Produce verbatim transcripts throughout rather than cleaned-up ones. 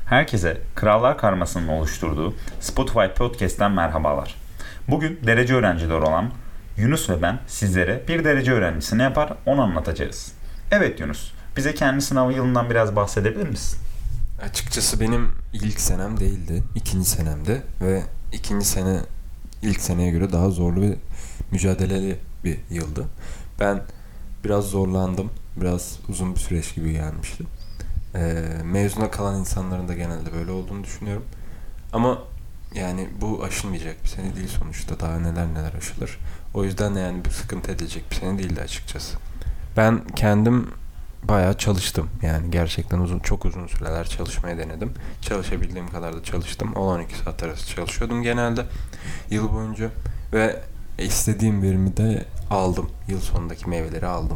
Herkese Krallar Karması'nın oluşturduğu Spotify Podcast'ten merhabalar. Bugün derece öğrencileri olan Yunus ve ben sizlere bir derece öğrencisi ne yapar onu anlatacağız. Evet Yunus, bize kendi sınav yılından biraz bahsedebilir misin? Açıkçası benim ilk senem değildi, ikinci senemdi ve ikinci sene ilk seneye göre daha zorlu ve mücadeleli bir yıldı. Ben biraz zorlandım, biraz uzun bir süreç gibi gelmişti. Ee, mezuna kalan insanların da genelde böyle olduğunu düşünüyorum. Ama yani bu aşılmayacak bir sene değil sonuçta, daha neler neler aşılır. O yüzden de yani bu sıkıntı edilecek bir sene değildi açıkçası. Ben kendim bayağı çalıştım. Yani gerçekten uzun, çok uzun süreler çalışmaya denedim. Çalışabildiğim kadar da çalıştım. on on iki saat arası çalışıyordum genelde yıl boyunca ve istediğim verimi de aldım. Yıl sonundaki meyveleri aldım.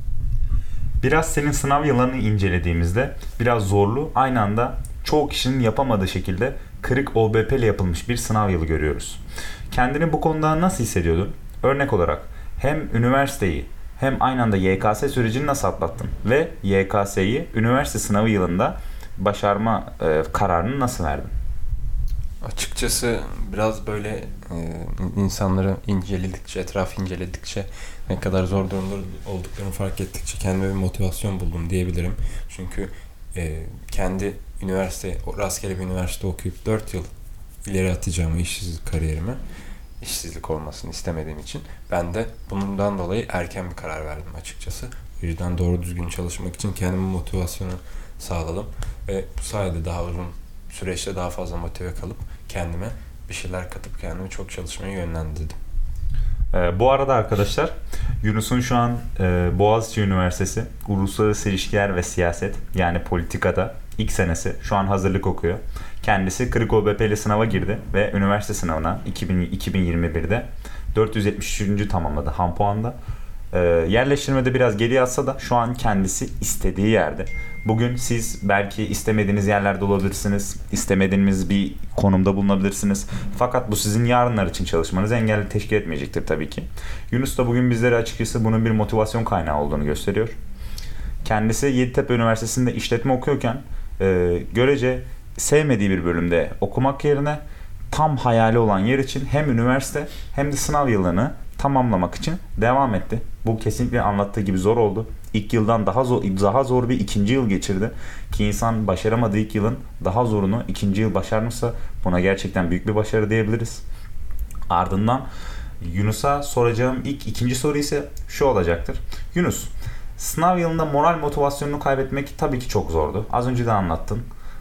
Biraz senin sınav yıllarını incelediğimizde biraz zorlu, aynı anda çoğu kişinin yapamadığı şekilde kırık O B P ile yapılmış bir sınav yılı görüyoruz. Kendini bu konuda nasıl hissediyordun? Örnek olarak hem üniversiteyi hem aynı anda Y K S sürecini nasıl atlattın? Ve Y K S'yi üniversite sınavı yılında başarma e, kararını nasıl verdin? Açıkçası biraz böyle e, insanları inceledikçe, etrafı inceledikçe ne kadar zor durumda olduklarını fark ettikçe kendime bir motivasyon buldum diyebilirim. Çünkü e, kendi üniversite, rastgele bir üniversite okuyup dört yıl ileri atacağımı işsizlik kariyerime, işsizlik olmasını istemediğim için ben de bundan dolayı erken bir karar verdim açıkçası. O yüzden doğru düzgün çalışmak için kendime motivasyonu sağladım ve bu sayede daha uzun süreçte daha fazla motive kalıp kendime bir şeyler katıp kendimi çok çalışmaya yönlendirdim. Ee, bu arada arkadaşlar, Yunus'un şu an e, Boğaziçi Üniversitesi Uluslararası İlişkiler ve Siyaset, yani politikada ilk senesi, şu an hazırlık okuyor. Kendisi kırık O B P ile sınava girdi ve üniversite sınavına iki bin yirmi birde dört yüz yetmiş üçüncü tamamladı ham puanda. Ee, yerleştirmede biraz geriye atsa da şu an kendisi istediği yerde. Bugün siz belki istemediğiniz yerlerde olabilirsiniz, istemediğiniz bir konumda bulunabilirsiniz. Fakat bu sizin yarınlar için çalışmanızı engel teşkil etmeyecektir tabii ki. Yunus da bugün bizlere açıkçası bunun bir motivasyon kaynağı olduğunu gösteriyor. Kendisi Yeditepe Üniversitesi'nde işletme okuyorken e, görece sevmediği bir bölümde okumak yerine tam hayali olan yer için hem üniversite hem de sınav yılını tamamlamak için devam etti. Bu kesinlikle anlattığı gibi zor oldu. İlk yıldan daha zor, daha zor bir ikinci yıl geçirdi. Ki insan başaramadığı ilk yılın daha zorunu ikinci yıl başarmışsa buna gerçekten büyük bir başarı diyebiliriz. Ardından Yunus'a soracağım ilk ikinci soru ise şu olacaktır. Yunus, sınav yılında moral motivasyonunu kaybetmek tabii ki çok zordu. Az önce de anlattın.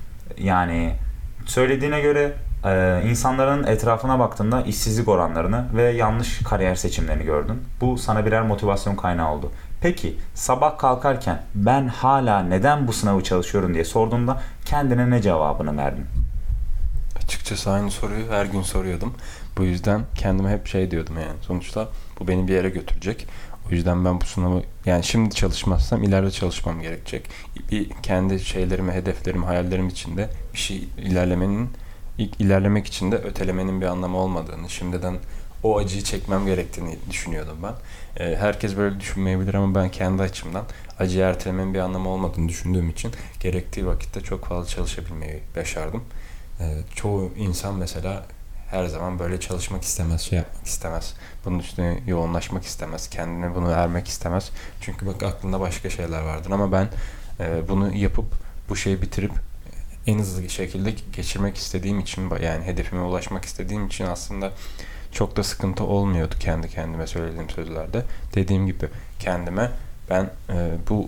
Yani söylediğine göre Ee, insanların etrafına baktığında işsizlik oranlarını ve yanlış kariyer seçimlerini gördün. Bu sana birer motivasyon kaynağı oldu. Peki sabah kalkarken ben hala neden bu sınavı çalışıyorum diye sorduğunda kendine ne cevabını verdin? Açıkçası aynı soruyu her gün soruyordum. Bu yüzden kendime hep şey diyordum, yani sonuçta bu beni bir yere götürecek. O yüzden ben bu sınavı, yani şimdi çalışmazsam ileride çalışmam gerekecek. Bir kendi şeylerimi, hedeflerimi, hayallerim içinde bir şey ilerlemenin İlk ilerlemek için de ötelemenin bir anlamı olmadığını, şimdiden o acıyı çekmem gerektiğini düşünüyordum ben. Ee, herkes böyle düşünmeyebilir ama ben kendi açımdan acıyı ertelemenin bir anlamı olmadığını düşündüğüm için gerektiği vakitte çok fazla çalışabilmeyi başardım. Ee, çoğu insan mesela her zaman böyle çalışmak istemez, şey yapmak istemez. Bunun üstüne yoğunlaşmak istemez, kendine bunu vermek istemez. Çünkü bak aklında başka şeyler vardır ama ben e, bunu yapıp bu şeyi bitirip en hızlı şekilde geçirmek istediğim için, yani hedefime ulaşmak istediğim için aslında çok da sıkıntı olmuyordu kendi kendime söylediğim sözlerde. Dediğim gibi kendime ben e, bu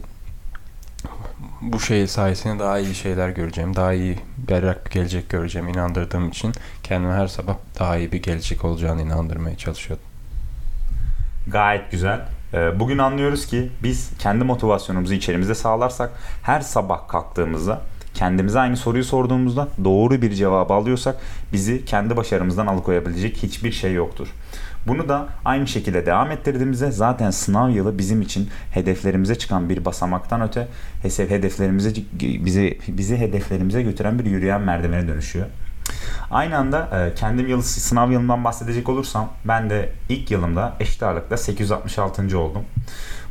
bu şey sayesinde daha iyi şeyler göreceğim, daha iyi berrak bir gelecek göreceğim inandırdığım için kendime her sabah daha iyi bir gelecek olacağını inandırmaya çalışıyordum. Gayet güzel. Bugün anlıyoruz ki biz kendi motivasyonumuzu içerimizde sağlarsak, her sabah kalktığımızda kendimize aynı soruyu sorduğumuzda doğru bir cevabı alıyorsak bizi kendi başarımızdan alıkoyabilecek hiçbir şey yoktur. Bunu da aynı şekilde devam ettirdiğimizde zaten sınav yılı bizim için hedeflerimize çıkan bir basamaktan öte hedeflerimize bizi bizi hedeflerimize götüren bir yürüyen merdivene dönüşüyor. Aynı anda kendim yıl, sınav yılından bahsedecek olursam ben de ilk yılımda eşit ağırlıkta sekiz yüz altmış altıncı oldum.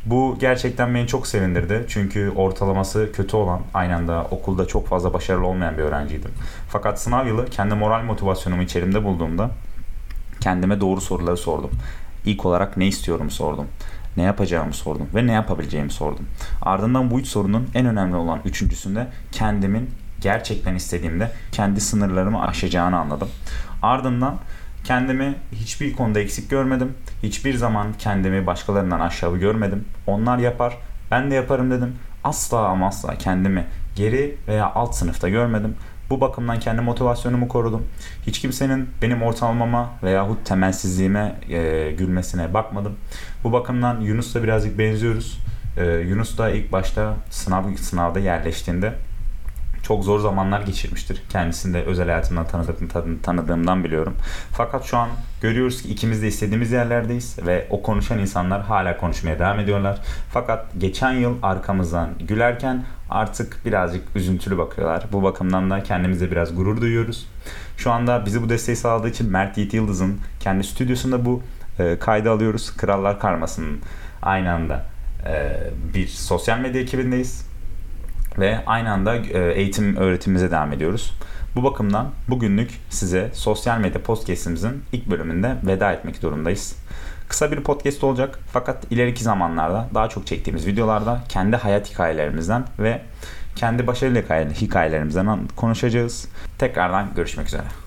Bu gerçekten beni çok sevindirdi. Çünkü ortalaması kötü olan, aynı anda okulda çok fazla başarılı olmayan bir öğrenciydim. Fakat sınav yılı kendi moral motivasyonumu içerimde bulduğumda kendime doğru soruları sordum. İlk olarak ne istiyorum sordum. Ne yapacağımı sordum ve ne yapabileceğimi sordum. Ardından bu üç sorunun en önemli olan üçüncüsünde kendimin gerçekten istediğimde kendi sınırlarımı aşacağını anladım. Ardından kendimi hiçbir konuda eksik görmedim. Hiçbir zaman kendimi başkalarından aşağı görmedim. Onlar yapar, ben de yaparım dedim. Asla ama asla kendimi geri veya alt sınıfta görmedim. Bu bakımdan kendi motivasyonumu korudum. Hiç kimsenin benim ortalamama veyahut temelsizliğime e, gülmesine bakmadım. Bu bakımdan Yunus'la birazcık benziyoruz. E, Yunus da ilk başta sınav sınavda yerleştiğinde çok zor zamanlar geçirmiştir. Kendisini de özel hayatımdan tanıdığım, tanıdığımdan biliyorum. Fakat şu an görüyoruz ki ikimiz de istediğimiz yerlerdeyiz ve o konuşan insanlar hala konuşmaya devam ediyorlar. Fakat geçen yıl arkamızdan gülerken artık birazcık üzüntülü bakıyorlar. Bu bakımdan da kendimize biraz gurur duyuyoruz. Şu anda bizi bu desteği sağladığı için Mert Yiğit Yıldız'ın kendi stüdyosunda bu e, kaydı alıyoruz. Krallar Karması'nın aynı anda e, bir sosyal medya ekibindeyiz. Ve aynı anda eğitim öğretimimize devam ediyoruz. Bu bakımdan bugünlük size sosyal medya podcast'imizin ilk bölümünde veda etmek durumundayız. Kısa bir podcast olacak fakat ileriki zamanlarda daha çok çektiğimiz videolarda kendi hayat hikayelerimizden ve kendi başarılı hikayelerimizden konuşacağız. Tekrardan görüşmek üzere.